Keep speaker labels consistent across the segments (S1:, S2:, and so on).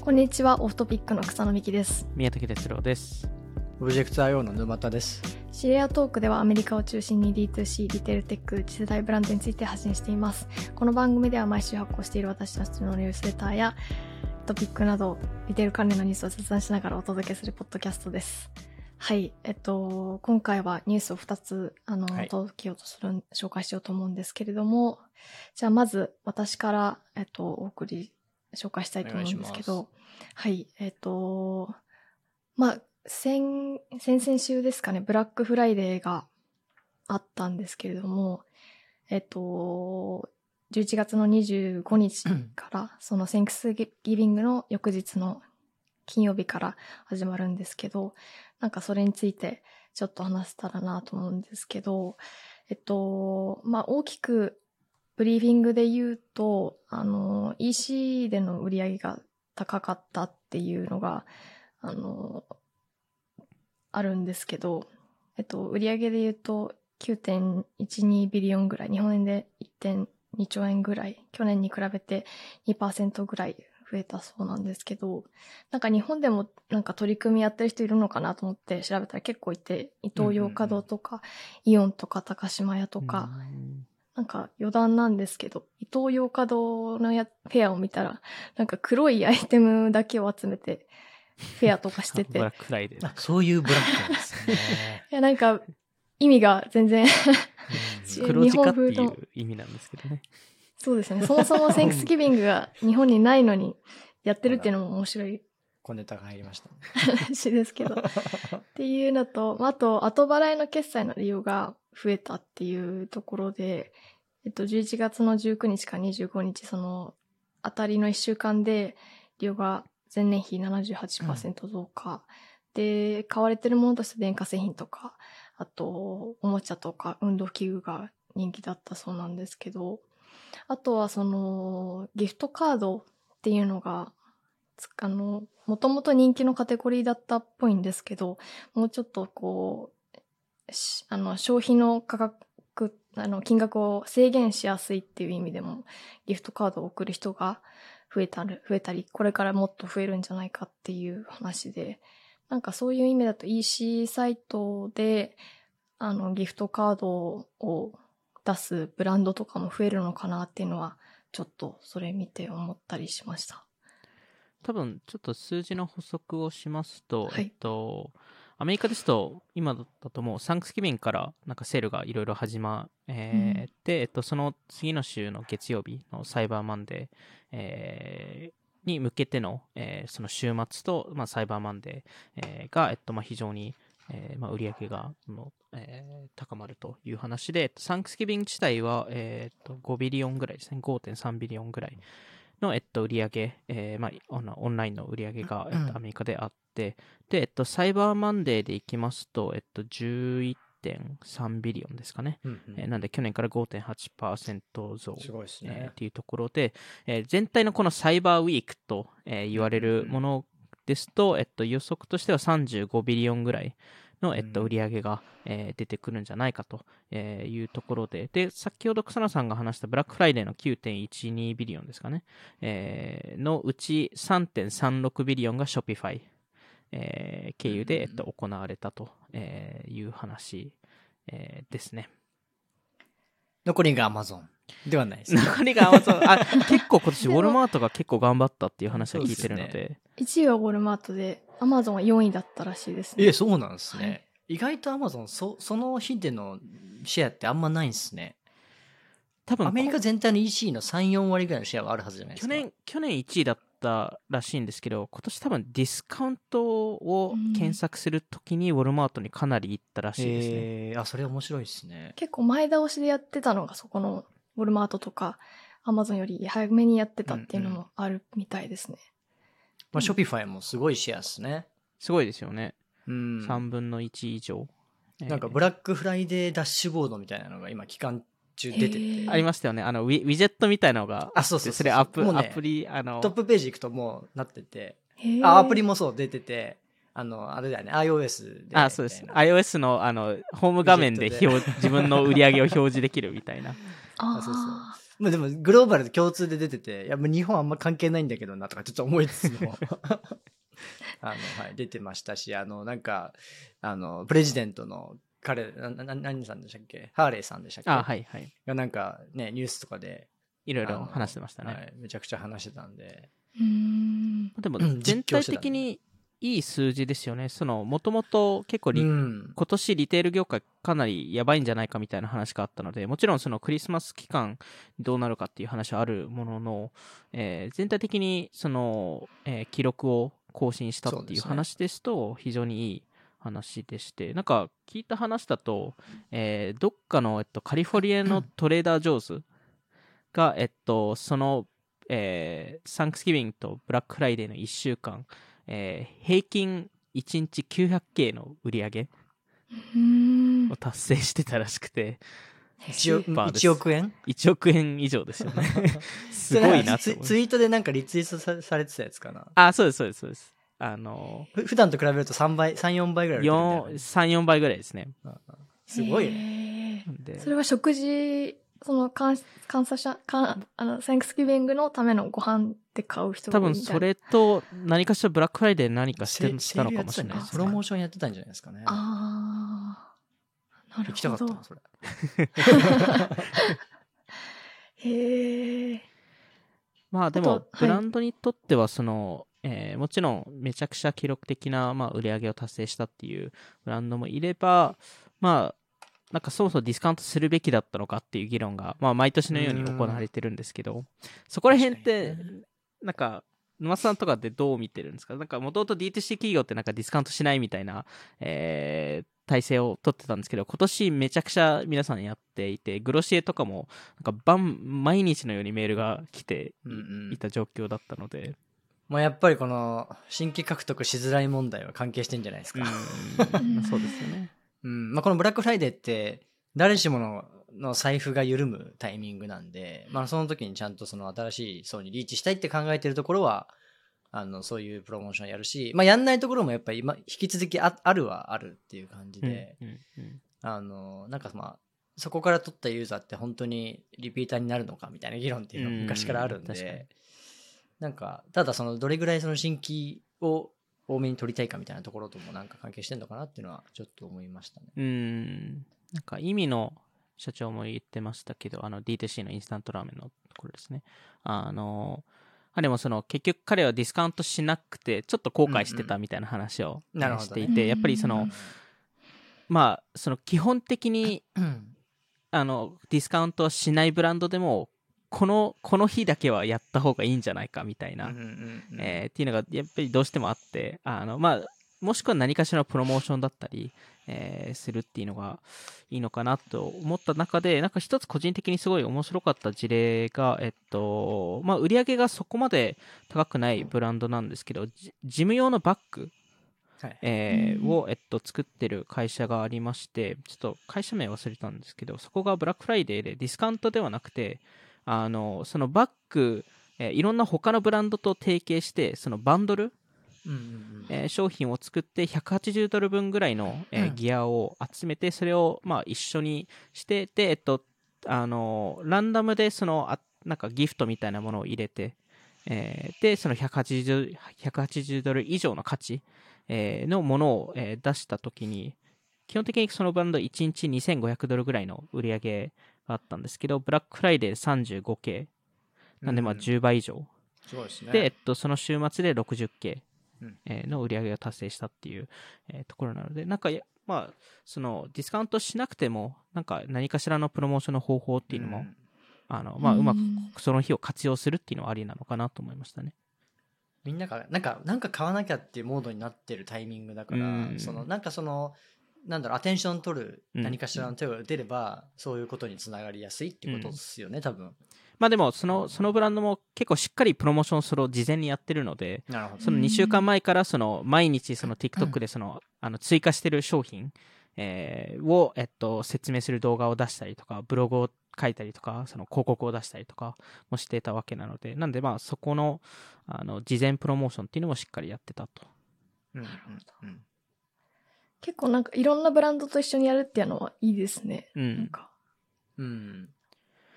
S1: こんにちは、オフトピックの草野美希です。
S2: 宮武哲郎です。
S3: オブジェクト IO の沼田です。
S1: シェアトークではアメリカを中心に D2C、リテールテック、次世代ブランドについて発信しています。この番組では毎週発行している私たちのニュースレターやトピックなどリテール関連のニュースを雑談しながらお届けするポッドキャストです。はい、今回はニュースを2つ届けようとする紹介しようと思うんですけれども、じゃあまず私からお送り紹介したいと思うんですけど、はい、先々週ですかね、ブラックフライデーがあったんですけれども、11月の25日から、そのセンクスギビングの翌日の金曜日から始まるんですけど、なんかそれについてちょっと話せたらなと思うんですけど、大きくブリーフィングで言うと、EC での売り上げが高かったっていうのが、あるんですけど、売上で言うと 9.12 ビリオンぐらい、日本円で 1.2 兆円ぐらい、去年に比べて 2% ぐらい増えたそうなんですけど、なんか日本でもなんか取り組みやってる人いるのかなと思って調べたら結構いて、イトーヨーカドーとか、イオンとか高島屋とか、なんか余談なんですけど、イトーヨーカドーのフェアを見たら、なんか黒いアイテムだけを集めて、フェアとかしてて。
S2: ブラックフライデー。
S3: そういうブラックなんですね。
S1: いや、なんか、意味が全然
S2: 黒字化っていう意味なんですけどね。
S1: そうですね。そもそもセンクスギビングが日本にないのにやってるっていうのも面白い。
S3: 小ネタが入りました、
S1: ね。しですけど。っていうのと、あと、後払いの決済の利用が増えたっていうところで、11月の19日から25日、その、当たりの1週間で利用が前年比 78% 増加、で買われてるものとして電化製品とか、あとおもちゃとか運動器具が人気だったそうなんですけど、あとはそのギフトカードっていうのがもともと人気のカテゴリーだったっぽいんですけど、もうちょっとこう消費の価格金額を制限しやすいっていう意味でもギフトカードを送る人が増えたり、これからもっと増えるんじゃないかっていう話で、なんかそういう意味だと EC サイトでギフトカードを出すブランドとかも増えるのかなっていうのはちょっとそれ見て思ったりしました。
S2: 多分ちょっと数字の補足をしますと、
S1: はい、
S2: アメリカですと今だともうサンクスギビングからなんかセールがいろいろ始まって、その次の週の月曜日のサイバーマンデー、に向けての、その週末と、サイバーマンデー、が、非常に、売り上げが、高まるという話で、サンクスギビング自体は、5ビリオンぐらいですね、5.3 ビリオンぐらいの、売り上げ、オンラインの売り上げが、アメリカであって、で、サイバーマンデーでいきますと、11.3 ビリオンですかね。なんで去年から 5.8% 増、
S3: すごいですね。
S2: っていうところで、全体のこのサイバーウィークと、言われるものですと、予測としては35ビリオンぐらいの、売り上げが、出てくるんじゃないかというところで、で、先ほど草野さんが話したブラックフライデーの 9.12 ビリオンですかね、のうち 3.36 ビリオンが Shopify、経由で、行われたという話、ですね。
S3: 残りが Amazon ではないです、ね。
S2: 残りが Amazon。結構今年ウォルマートが結構頑張ったっていう話は聞いてるので。
S1: 1位はウォルマートで、Amazon は4位だったらしいですね。
S3: そうなんですね。はい、意外と Amazon その日でのシェアってあんまないんですね。多分アメリカ全体の EC の 3,4 割ぐらいのシェアはあるはずじゃないですか。
S2: 去年1位だったらしいんですけど、今年多分ディスカウントを検索するときにウォルマートにかなり行ったらしいですね。
S3: それ面白いですね。
S1: 結構前倒しでやってたのがそこのウォルマートとか Amazon より早めにやってたっていうのもあるみたいですね。
S3: Shopify もすごいシェアですね。
S2: すごいですよね。3分の1以上。
S3: なんかブラックフライデーダッシュボードみたいなのが今期間中出てて。
S2: ありましたよね。ウィジェットみたいなのが。
S3: そう。
S2: それアプリ、
S3: トップページ行くともうなってて。アプリもそう出てて。あれだよね。iOS で。
S2: そうです。iOS の、ホーム画面で自分の売り上げを表示できるみたいな。
S3: そう。 まあでもグローバルで共通で出てて、いやもう日本あんま関係ないんだけどなとかちょっと思いつつもはい、出てましたし、なんかプレジデントの彼何さんでしたっけ、ハーレーさんでしたっけ、
S2: はいはい。
S3: がなんかねニュースとかで
S2: いろいろ話してましたね。
S3: はい、めちゃくちゃ話してたんで。
S2: でも全体的にいい数字ですよね。もともと結構今年リテール業界かなりやばいんじゃないかみたいな話があったので、もちろんそのクリスマス期間どうなるかっていう話はあるものの、全体的に記録を更新したっていう話ですと非常にいい話でして、なんか聞いた話だと、どっかの、カリフォルニアのトレーダー・ジョーズが、サンクスギビングとブラックフライデーの1週間、平均1日 900K の売り上げを達成してたらしくて、
S3: 1億円
S2: ?1 億円以上ですよね。すごいなと思
S3: ツイートでなんかリツイートされてたやつかな。
S2: そうですそうですそうです。
S3: 普段と比べると3、4倍ぐらい売れてるみたいな、ね。
S2: 3、4倍ぐらいですね。
S3: すごいね。
S1: それは食事、サンクスギビングのためのご飯で買う人が
S2: 多分それと何かしらブラックフライデー何かしたのかもしれないです、
S3: ね。プロモーションやってたんじゃないですかね。
S1: ああ、なるほど。
S3: 行きたかったな、それ。
S1: へえ。
S2: まあでも、ブランドにとってはもちろんめちゃくちゃ記録的な、売り上げを達成したっていうブランドもいれば、なんかそもそもディスカウントするべきだったのかっていう議論が、毎年のように行われてるんですけど、そこら辺って、なんか、沼さんとかってどう見てるんですか？なんか、もともと D2C 企業ってなんかディスカウントしないみたいな、体制を取ってたんですけど、今年めちゃくちゃ皆さんやっていて、グロシエとかも、なんか毎日のようにメールが来ていた状況だったので。
S3: やっぱりこの、新規獲得しづらい問題は関係してんじゃないですか。
S2: そうですよね。
S3: このブラックフライデーって誰しもの財布が緩むタイミングなんで、その時にちゃんとその新しい層にリーチしたいって考えてるところはそういうプロモーションやるし、やんないところもやっぱり今引き続きあるはあるっていう感じで、なんかそこから取ったユーザーって本当にリピーターになるのかみたいな議論っていうのが昔からあるんで、なんかただどれぐらいその新規を多めに取りたいかみたいなところともなんか関係してんのかなっていうのはちょっと思いましたね。
S2: なんか意味の社長も言ってましたけど、D2C のインスタントラーメンのところですね。でも結局彼はディスカウントしなくてちょっと後悔してたみたいな話をしていて、やっぱり基本的にディスカウントはしないブランドでもこの日だけはやった方がいいんじゃないかみたいなっていうのがやっぱりどうしてもあって、もしくは何かしらのプロモーションだったり、するっていうのがいいのかなと思った中で、なんか一つ個人的にすごい面白かった事例が、売り上げがそこまで高くないブランドなんですけど、事務用のバッグ、を、作ってる会社がありまして、ちょっと会社名忘れたんですけど、そこがブラックフライデーでディスカウントではなくて、そのバッグ、いろんな他のブランドと提携して、そのバンドル、商品を作って$180分ぐらいの、ギアを集めて、それを一緒にして、で、ランダムでなんかギフトみたいなものを入れて、で、その$180以上の価値、のものを、出したときに、基本的にそのバンド1日$2500ぐらいの売り上げがあったんですけど、ブラックフライデー 35K。なんで10倍以上。
S3: すごいですね。
S2: で、その週末で 60K の売り上げを達成したっていう、ところなので、なんか、そのディスカウントしなくても、なんか何かしらのプロモーションの方法っていうのも、うまくその日を活用するっていうのはありなのかなと思いましたね。
S3: みんながなんか買わなきゃっていうモードになってるタイミングだから、なんだろう、アテンション取る何かしらの手を打てれば、そういうことにつながりやすいってことですよね、多分。
S2: でもそのブランドも結構しっかりプロモーションそれを事前にやってるので、その2週間前から毎日TikTok で追加してる商品、を、説明する動画を出したりとか、ブログを書いたりとか、その広告を出したりとかもしてたわけなので、なんでそこの、事前プロモーションっていうのもしっかりやってたと。
S1: なるほど。結構なんかいろんなブランドと一緒にやるっていうのはいいですね。なんか。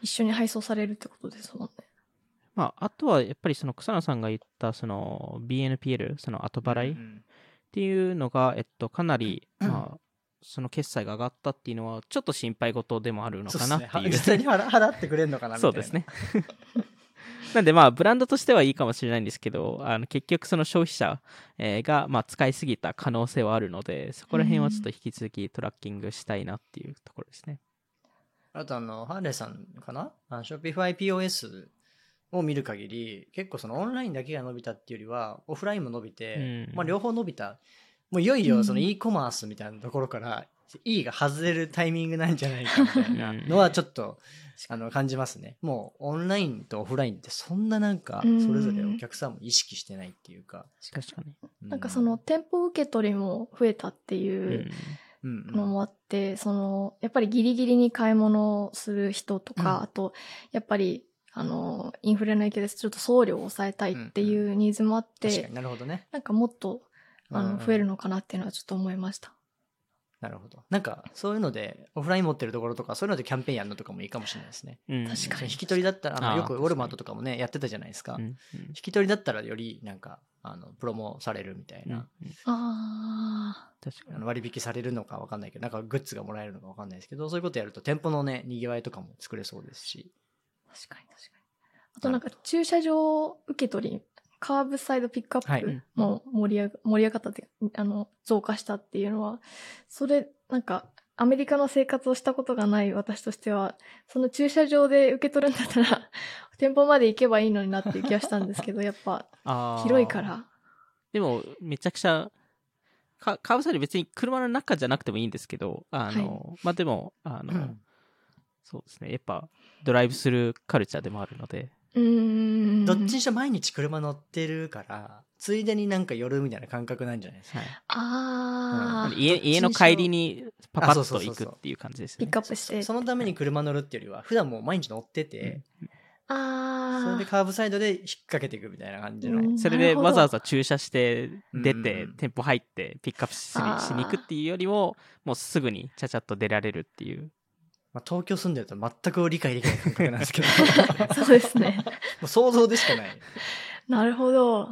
S1: 一緒に配送されるってことですもんね。
S2: まあ、あとはやっぱりその草野さんが言ったその BNPL、その後払いっていうのが、かなり、まあ、その決済が上がったっていうのは、ちょっと心配事でもあるのかなっていう。
S3: そうですね、実際に払ってくれるのかなみたいな。
S2: そうですね。なんでまあ、ブランドとしてはいいかもしれないんですけど、結局その消費者、が、まあ、使いすぎた可能性はあるので、そこら辺はちょっと引き続きトラッキングしたいなっていうところですね。
S3: あとハーレーさんかなShopify POS を見る限り、結構そのオンラインだけが伸びたっていうよりは、オフラインも伸びて、まあ両方伸びた。もういよいよその e コマースみたいなところから、E が外れるタイミングなんじゃないかみたいなのはちょっと感じますね。もうオンラインとオフラインってそんななんかそれぞれお客さんも意識してないっていうか。
S2: 確かに。
S1: なんかその店舗受け取りも増えたっていうのもあって、そのやっぱりギリギリに買い物をする人とか、あとやっぱりインフレの影響でちょっと送料を抑えたいっていうニーズもあって、
S3: 確かになるほどね。
S1: なんかもっと増えるのかなっていうのはちょっと思いました。
S3: なるほど。なんかそういうのでオフライン持ってるところとかそういうのでキャンペーンやるのとかもいいかもしれないですね。
S1: 確かに。
S3: 引き取りだったらよくウォルマートとかもねやってたじゃないですか。引き取りだったらよりなんかプロモされるみたいな。
S2: 確かに
S3: 割引されるのか分かんないけど、なんかグッズがもらえるのか分かんないですけど、そういうことやると店舗のねにぎわいとかも作れそうですし。
S1: 確かに。あとなんか駐車場受け取り、カーブサイドピックアップも盛り上がったって、増加したっていうのは、それなんかアメリカの生活をしたことがない私としては、その駐車場で受け取るんだったら店舗まで行けばいいのになっていう気がしたんですけど、やっぱ広いから。
S2: でもめちゃくちゃカーブサイド別に車の中じゃなくてもいいんですけど、まあでもそうですね、やっぱドライブスルーカルチャーでもあるので。
S3: どっちにしろ毎日車乗ってるからついでになんか寄るみたいな感覚なんじゃないですか。
S2: 家の帰りにパパッと行くっていう感じですね。
S1: ピックアップして
S3: そのために車乗るっていうよりは普段もう毎日乗ってて、それでカーブサイドで引っ掛けていくみたいな感じの、
S2: それでわざわざ駐車して出て店舗入ってピックアップしに行くっていうよりももうすぐにちゃちゃっと出られるっていう。
S3: まあ、東京住んでると全く理解できない感覚なんですけど
S1: そうですね
S3: もう想像でしかない。
S1: なるほど。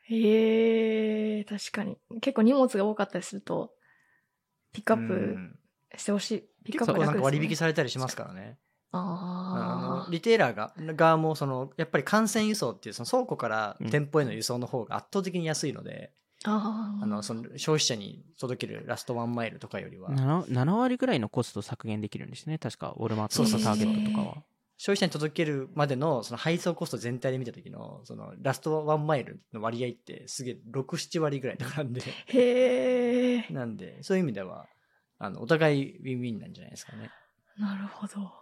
S1: 確かに結構荷物が多かったりするとピックアップしてほしい。ピックアップ
S3: 結構なんか割引されたりしますからね。リテイラー側もやっぱり幹線輸送っていうその倉庫から店舗への輸送の方が圧倒的に安いので、その消費者に届けるラストワンマイルとかよりは
S2: 7割ぐらいのコストを削減できるんですね。確かウォルマートのターゲットとかは。
S3: 消費者に届けるまでのその配送コスト全体で見た時のそのラストワンマイルの割合ってすげえ 6,7 割ぐらいとかなんでなんでそういう意味ではお互いウィンウィンなんじゃないですかね。
S1: なるほど。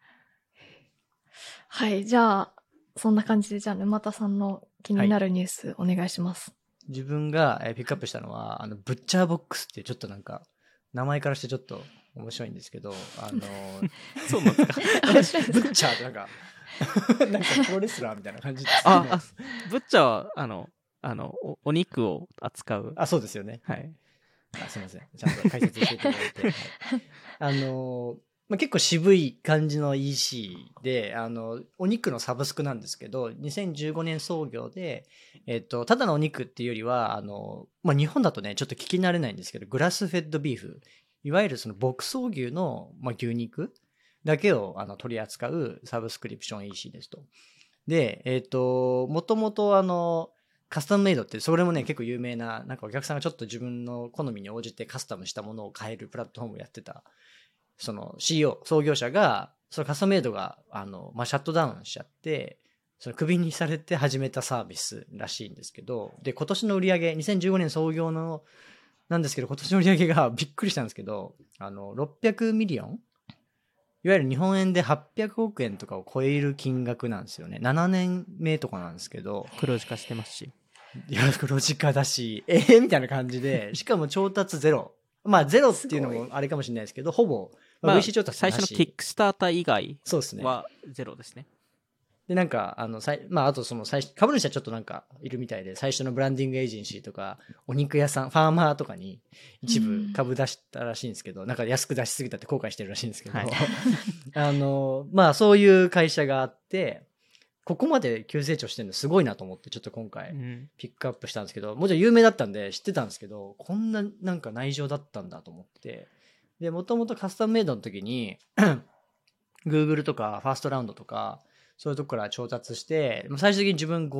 S1: はい、じゃあそんな感じでじゃあ沼田さんの気になるニュースお願いします。
S3: 自分がピックアップしたのはブッチャーボックスっていうちょっとなんか名前からしてちょっと面白いんですけど
S2: そうなんですか
S3: ブッチャーってなんかプロレスラーみたいな感じですね。
S2: ブッチャーはお肉を扱う。
S3: そうですよね。
S2: はい。
S3: すみません、ちゃんと解説していただいて結構渋い感じの EC でお肉のサブスクなんですけど2015年創業で、ただのお肉っていうよりは日本だとねちょっと聞き慣れないんですけどグラスフェッドビーフ、いわゆるその牧草牛の、牛肉だけを取り扱うサブスクリプション EC ですと。でもともとカスタムメイドってそれもね結構有名な、なんかお客さんがちょっと自分の好みに応じてカスタムしたものを買えるプラットフォームをやってたその CEO 創業者がそのカスタムメイドがシャットダウンしちゃってそのクビにされて始めたサービスらしいんですけど、で今年の売り上げ2015年創業のなんですけど今年の売り上げがびっくりしたんですけど600ミリオン、いわゆる日本円で800億円とかを超える金額なんですよね。7年目とかなんですけど
S2: 黒字化してますし、
S3: いや黒字化だしみたいな感じでしかも調達ゼロ、ゼロっていうのもあれかもしれないですけどほぼVC 調達
S2: 最初のキックスターター以外
S3: そうですね
S2: はゼロですね。
S3: で、なんか、まあ、あとその株主はちょっとなんかいるみたいで、最初のブランディングエージェンシーとか、お肉屋さん、ファーマーとかに一部株出したらしいんですけど、なんか安く出しすぎたって後悔してるらしいんですけど、
S2: はい
S3: まあ、そういう会社があって、ここまで急成長してるのすごいなと思って、ちょっと今回ピックアップしたんですけど、もちろん有名だったんで知ってたんですけど、こんななんか内情だったんだと思って、で、もともとカスタムメイドの時に、Google とかファーストラウンドとか、そういうとこから調達して、最終的に自分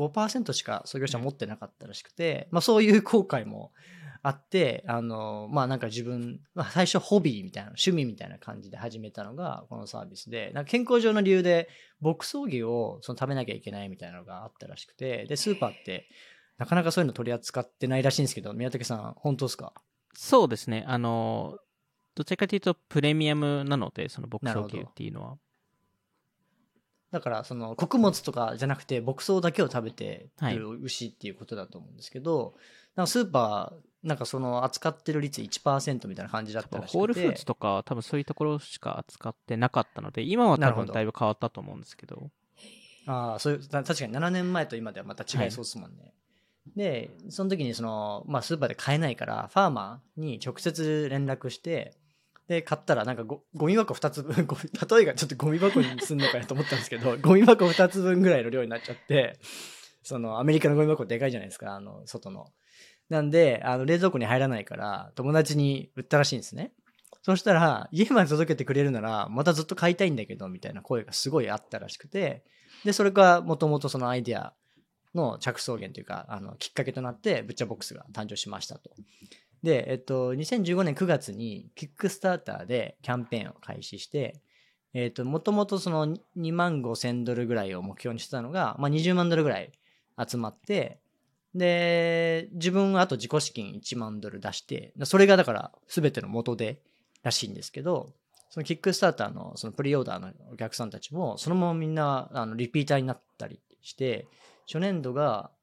S3: 5% しか創業者持ってなかったらしくて、まあそういう後悔もあって、まあなんか自分、まあ最初ホビーみたいな、趣味みたいな感じで始めたのがこのサービスで、なんか健康上の理由で牧草牛を食べなきゃいけないみたいなのがあったらしくて、で、スーパーってなかなかそういうの取り扱ってないらしいんですけど、宮武さん、本当ですか？
S2: そうですね。どちらかというとプレミアムなので、その牧草牛っていうのは。
S3: だからその穀物とかじゃなくて牧草だけを食べてる牛っていうことだと思うんですけど、なんかスーパーなんかその扱ってる率 1% みたいな感じだったらしくて、
S2: ホールフーツとか多分そういうところしか扱ってなかったので、今は多分だいぶ変わったと思うんですけど。
S3: ああ、そういう確かに7年前と今ではまた違いそうですもんね。はい、でその時にまあ、スーパーで買えないからファーマーに直接連絡して、で買ったらなんかゴミ箱2つ分例えがちょっとゴミ箱にすんのかなと思ったんですけどゴミ箱2つ分ぐらいの量になっちゃって、アメリカのゴミ箱でかいじゃないですか、外の。なんで冷蔵庫に入らないから友達に売ったらしいんですね。そしたら家まで届けてくれるならまたずっと買いたいんだけどみたいな声がすごいあったらしくて、でそれがもともとそのアイデアの着想源というかきっかけとなってブッチャーボックスが誕生しましたと。で、2015年9月にキックスターターでキャンペーンを開始して、もともとその$25,000ぐらいを目標にしてたのが、まあ、$200,000ぐらい集まって、で、自分はあと自己資金$10,000出して、それがだから全ての元でらしいんですけど、そのキックスターターのそのプリオーダーのお客さんたちも、そのままみんなリピーターになったりして、初年度が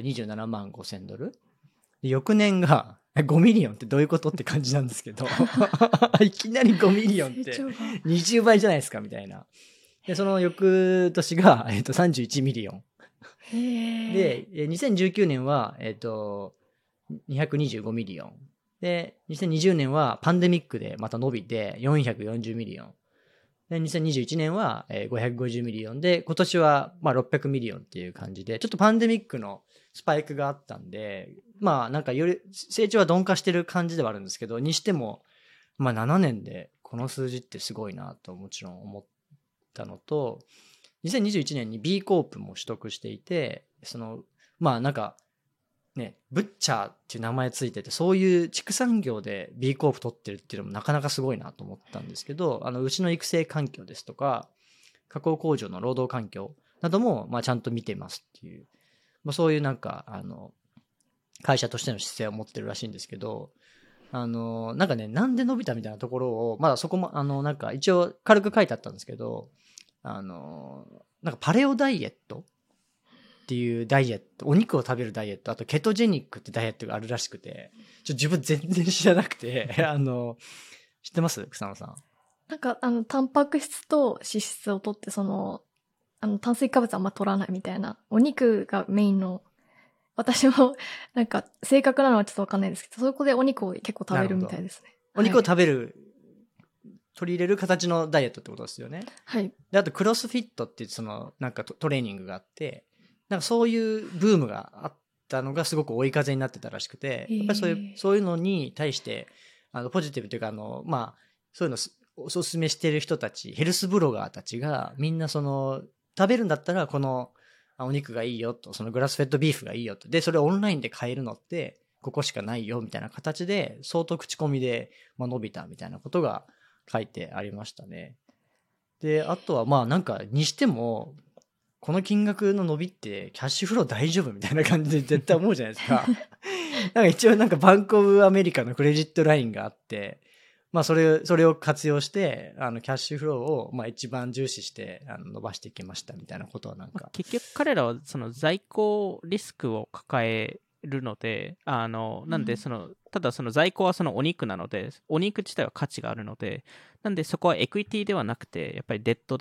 S3: $275,000。翌年が5ミリオンってどういうことって感じなんですけどいきなり5ミリオンって20倍じゃないですかみたいな。でその翌年が、31ミリオンで、2019年は、225ミリオンで、2020年はパンデミックでまた伸びて440ミリオンで、2021年は550ミリオンで、今年はまあ600ミリオンっていう感じで、ちょっとパンデミックのスパイクがあったんで、まあなんかより成長は鈍化してる感じではあるんですけど、にしても、まあ7年でこの数字ってすごいなともちろん思ったのと、2021年に B コープも取得していて、まあなんか、ね、ブッチャーっていう名前ついてて、そういう畜産業で B コープ取ってるっていうのもなかなかすごいなと思ったんですけど、牛の育成環境ですとか、加工工場の労働環境なども、まあちゃんと見てますっていう、まあ、そういうなんか、会社としての姿勢を持ってるらしいんですけど、なんかね、なんで伸びたみたいなところを、まだそこも、なんか一応軽く書いてあったんですけど、なんかパレオダイエットっていうダイエット、お肉を食べるダイエット、あとケトジェニックってダイエットがあるらしくて、自分全然知らなくて知ってます草野さん？
S1: なんかタンパク質と脂質を取って炭水化物あんま取らないみたいな、お肉がメインの、私もなんか正確なのはちょっとわかんないですけど、そこでお肉を結構食べるみたいですね。
S3: お肉を食べる、取り入れる形のダイエットってことですよね。
S1: はい。
S3: で、あとクロスフィットっていうなんかトレーニングがあって、なんかそういうブームがあったのがすごく追い風になってたらしくて、やっぱりそういうのに対してポジティブというかまあそういうのおすすめしてる人たち、ヘルスブロガーたちがみんな食べるんだったらこのお肉がいいよと、そのグラスフェッドビーフがいいよと、でそれをオンラインで買えるのってここしかないよみたいな形で相当口コミで伸びたみたいなことが書いてありましたね。で、あとはまあなんかにしてもこの金額の伸びってキャッシュフロー大丈夫みたいな感じで絶対思うじゃないですか。なんか一応なんかバンクオブアメリカのクレジットラインがあって、まあそれを活用してキャッシュフローをまあ一番重視して伸ばしていきましたみたいなことはなんか、
S2: 結局彼らはその在庫リスクを抱えるので、なんでただその在庫はそのお肉なので、お肉自体は価値があるので、なんでそこはエクイティではなくてやっぱりデッドで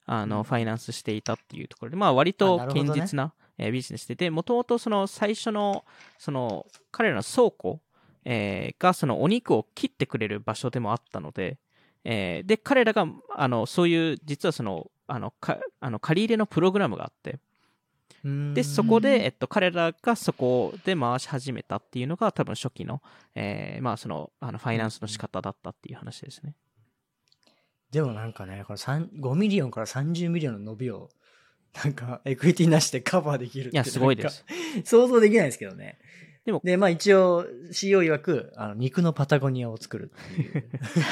S2: ファイナンスしていたっていうところで、まあ割と堅実なビジネスで、もともとその最初の、その彼らの倉庫、がそのお肉を切ってくれる場所でもあったので、で、彼らが、そういう、実はその、借り入れのプログラムがあって、で、そこで、彼らがそこで回し始めたっていうのが多分初期の、まあその、ファイナンスの仕方だったっていう話ですね。
S3: でもなんかね、この5ミリオンから30ミリオンの伸びを、なんかエクイティなしでカバーできるって、
S2: いや、すごいです。
S3: 想像できないですけどね。
S2: で、
S3: まあ一応 CEO 曰く、肉のパタゴニアを作るっていう。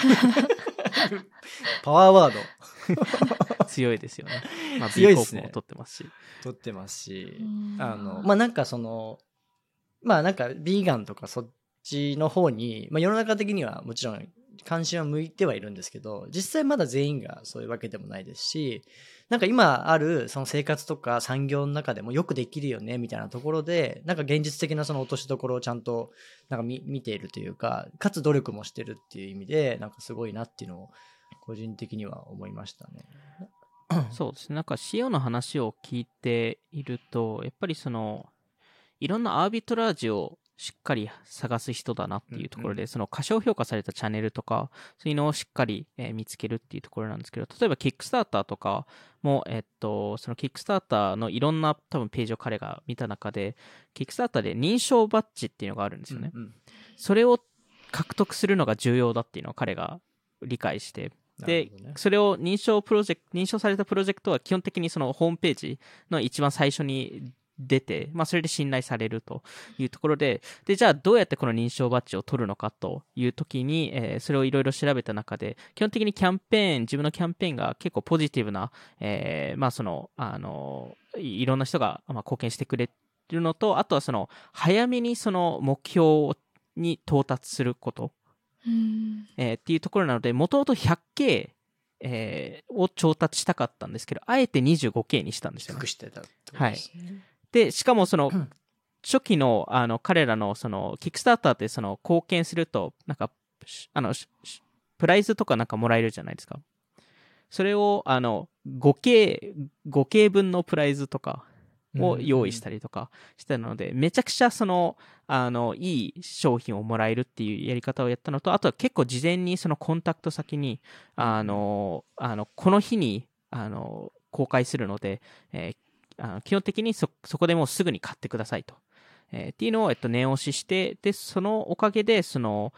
S3: パワーワード。
S2: 強いですよね。まあ、
S3: 強いですね。
S2: B コープも取ってますし。
S3: 取ってますし、まあなんかその、まあなんかビーガンとかそっちの方に、まあ世の中的にはもちろん関心は向いてはいるんですけど、実際まだ全員がそういうわけでもないですし、なんか今あるその生活とか産業の中でもよくできるよねみたいなところで、なんか現実的なその落としどころをちゃんとなんか見ているというか、かつ努力もしてるっていう意味で、なんかすごいなっていうのを個人的には思いましたね。
S2: そうですね。なんか CEO の話を聞いていると、やっぱりその、いろんなアービトラージをしっかり探す人だなっていうところで、その過小評価されたチャンネルとか、そういうのをしっかり見つけるっていうところなんですけど、例えばキックスターターとかも、そのキックスターターのいろんな多分ページを彼が見た中で、キックスターターで認証バッジっていうのがあるんですよね。それを獲得するのが重要だっていうのを彼が理解して、で、それを認証されたプロジェクトは基本的にそのホームページの一番最初に出て、まあそれで信頼されるというところで、じゃあどうやってこの認証バッジを取るのかという時に、それをいろいろ調べた中で、基本的に自分のキャンペーンが結構ポジティブな、まあその、いろんな人が貢献してくれるのと、あとはその、早めにその目標に到達すること。っていうところなので、もともと 100K、を調達したかったんですけど、あえて 25K にしたんですよね。
S3: 低くしてたってことですね。
S2: はい。で、しかもその、初期の、彼らの、その、キックスターターってその、貢献すると、なんか、プライズとかなんかもらえるじゃないですか。それを、5K 分のプライズとかを用意したりとかしてたので、めちゃくちゃその、いい商品をもらえるっていうやり方をやったのと、あとは結構事前にそのコンタクト先に、この日に、公開するので、基本的にそこでもうすぐに買ってくださいと。っていうのを、念押しして、で、そのおかげで、その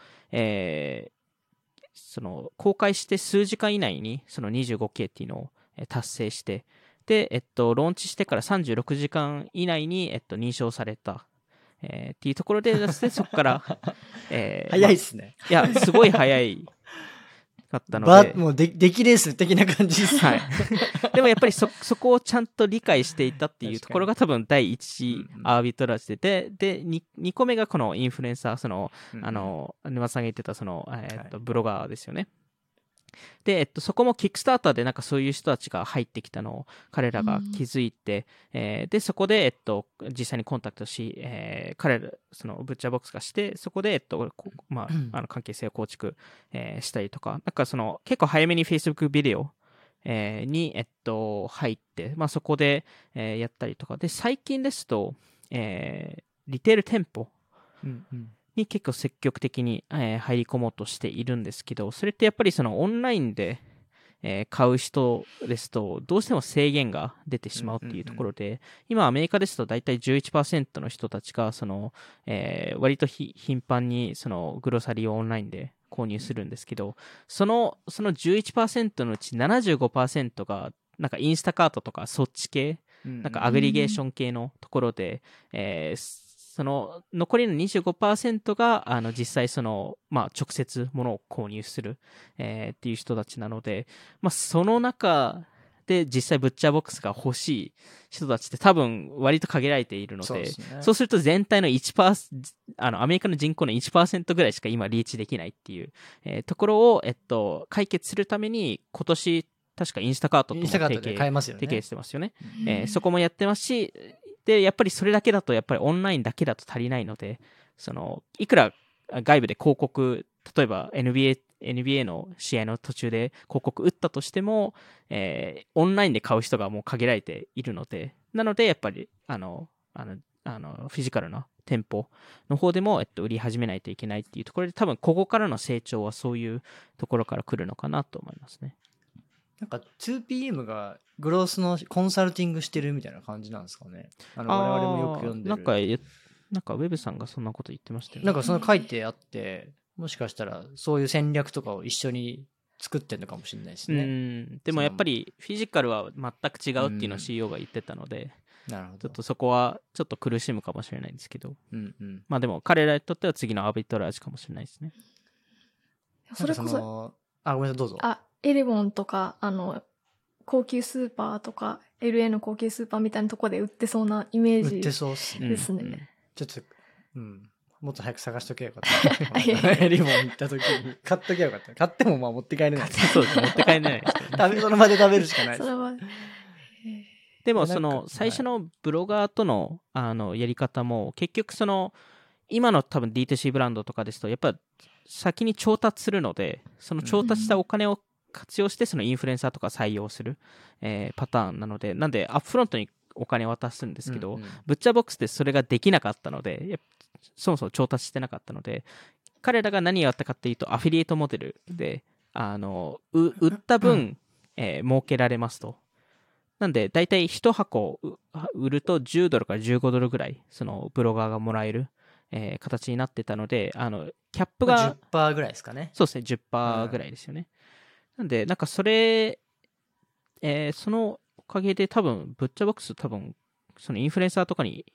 S2: 公開して数時間以内に、その 25K っていうのを達成して、で、ローンチしてから36時間以内に、認証された、っていうところで、そこから、
S3: 早いっすね。
S2: いや、すごい早いかったので。
S3: もう出来レース的な感じですね。
S2: はい。でもやっぱりそこをちゃんと理解していたっていうところが多分第一アービトラージで、2個目がこのインフルエンサー、その、沼さんが言ってたその、ブロガーですよね。で、そこもキックスターターでなんかそういう人たちが入ってきたのを彼らが気づいて、で、そこで、実際にコンタクトし、彼ら、そのブッチャーボックスがして、そこで、まあ、関係性を構築、したりとか、なんかその、結構早めに Facebook ビデオ、に、入って、まあそこで、やったりとか、で、最近ですと、リテール店舗、に結構積極的に、入り込もうとしているんですけど、それってやっぱりそのオンラインで、買う人ですと、どうしても制限が出てしまうっていうところで、今アメリカですと大体 11% の人たちが、その、割と頻繁にそのグロサリーをオンラインで購入するんですけど、その 11% のうち 75% が、なんかインスタカートとかそっち系、なんかアグリゲーション系のところで、その残りの 25% が実際その、まあ、直接物を購入する、っていう人たちなので、まあ、その中で実際ブッチャーボックスが欲しい人たちって多分割と限られているので、そうすると全体の 1%、アメリカの人口の 1% ぐらいしか今リーチできないっていう、ところを、解決するために今年確かインスタカートとも提携してますよね。そこもやってますし、で、やっぱりそれだけだと、やっぱりオンラインだけだと足りないので、その、いくら外部で広告、例えば NBA NBA の試合の途中で広告打ったとしても、オンラインで買う人がもう限られているので、なのでやっぱりフィジカルな店舗の方でも、売り始めないといけないっていうところで、多分ここからの成長はそういうところから来るのかなと思いますね。
S3: なんか 2PM がグロースのコンサルティングしてるみたいな感じなんですかね。我々もよく読んでる。
S2: なんかウェブさんがそんなこと言ってましたよね。
S3: なんかその書いてあって、もしかしたらそういう戦略とかを一緒に作ってるのかもしれないですね。
S2: でもやっぱりフィジカルは全く違うっていうのを CEO が言ってたので、
S3: なるほど。
S2: ちょっとそこはちょっと苦しむかもしれないんですけど、
S3: うんうん、
S2: まあでも彼らにとっては次のアービトラージかもしれないですね。
S1: それこそ、
S3: ごめんなさい、どうぞ。
S1: エレボンとか、高級スーパーとか、LA の高級スーパーみたいなとこで売ってそうなイメージ。
S3: 売ってそうっすね。
S1: ですね。
S3: ちょっと、もっと早く探しとけばよかった。エリボン行った時に買っとけばよかった。買ってもまあ持って帰れない。
S2: そうですね、持って帰れないです
S3: その場で食べるしかないです。
S2: でもその最初のブロガーとのやり方も結局その今の多分 D2C ブランドとかですとやっぱ先に調達するので、その調達したお金を活用してそのインフルエンサーとか採用する、パターンなので、なんでアップフロントにお金を渡すんですけど、ブッチャーボックスでそれができなかったので、そもそも調達してなかったので、彼らが何をやったかっていうとアフィリエイトモデルで売った分、儲けられますと。なんで大体1箱売ると10ドルから15ドルぐらいそのブロガーがもらえる、形になってたので、キャップが
S3: 10% ぐらいですかね。
S2: そうですね、10% ぐらいですよね。なんでなんかそれ、そのおかげで多分ブッチャーボックス多分そのインフルエンサーとかに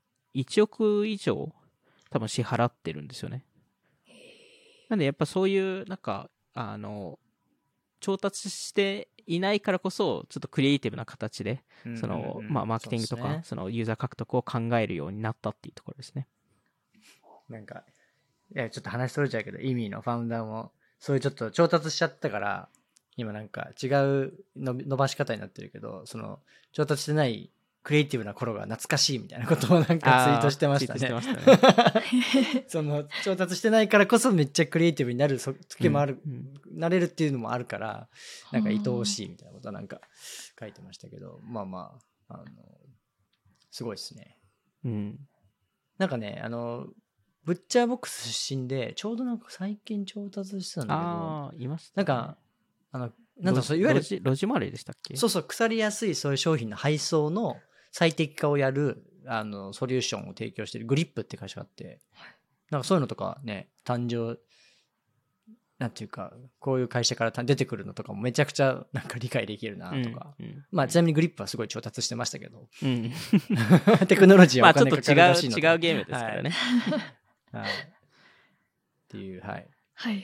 S2: 1億以上多分支払ってるんですよね。なんでやっぱそういうなんか調達していないからこそちょっとクリエイティブな形でそのマーケティングとかそのユーザー獲得を考えるようになったっていうところですね。
S3: なんかちょっと話それちゃうけど、イミーのファウンダーもそういうちょっと調達しちゃったから今なんか違う伸ばし方になってるけど、その調達してないクリエイティブな頃が懐かしいみたいなことをなんかツイートしてましたね。その調達してないからこそめっちゃクリエイティブになる時もある、なれるっていうのもあるから、なんか愛おしいみたいなことはなんか書いてましたけど、まあまあすごいですね。なんかねブッチャーボックス出身でちょうどなんか最近調達してたんだけど、
S2: いました、
S3: なんかなんだそういわゆる
S2: ロジマレーでしたっけ？
S3: そう腐りやすいそういう商品の配送の最適化をやるソリューションを提供しているグリップって会社があって、なんかそういうのとかね誕生なんていうかこういう会社から出てくるのとかもめちゃくちゃなんか理解できるなとか、まあちなみにグリップはすごい調達してましたけど、テクノロジーはお金かかるらしいので、
S2: まあちょっと違うゲームですからね。
S3: はい、っていうはい。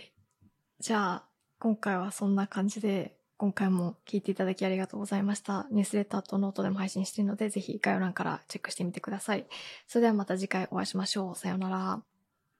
S1: じゃあ今回はそんな感じで。今回も聞いていただきありがとうございました。ニュースレターとノートでも配信しているので、ぜひ概要欄からチェックしてみてください。それではまた次回お会いしましょう。さようなら。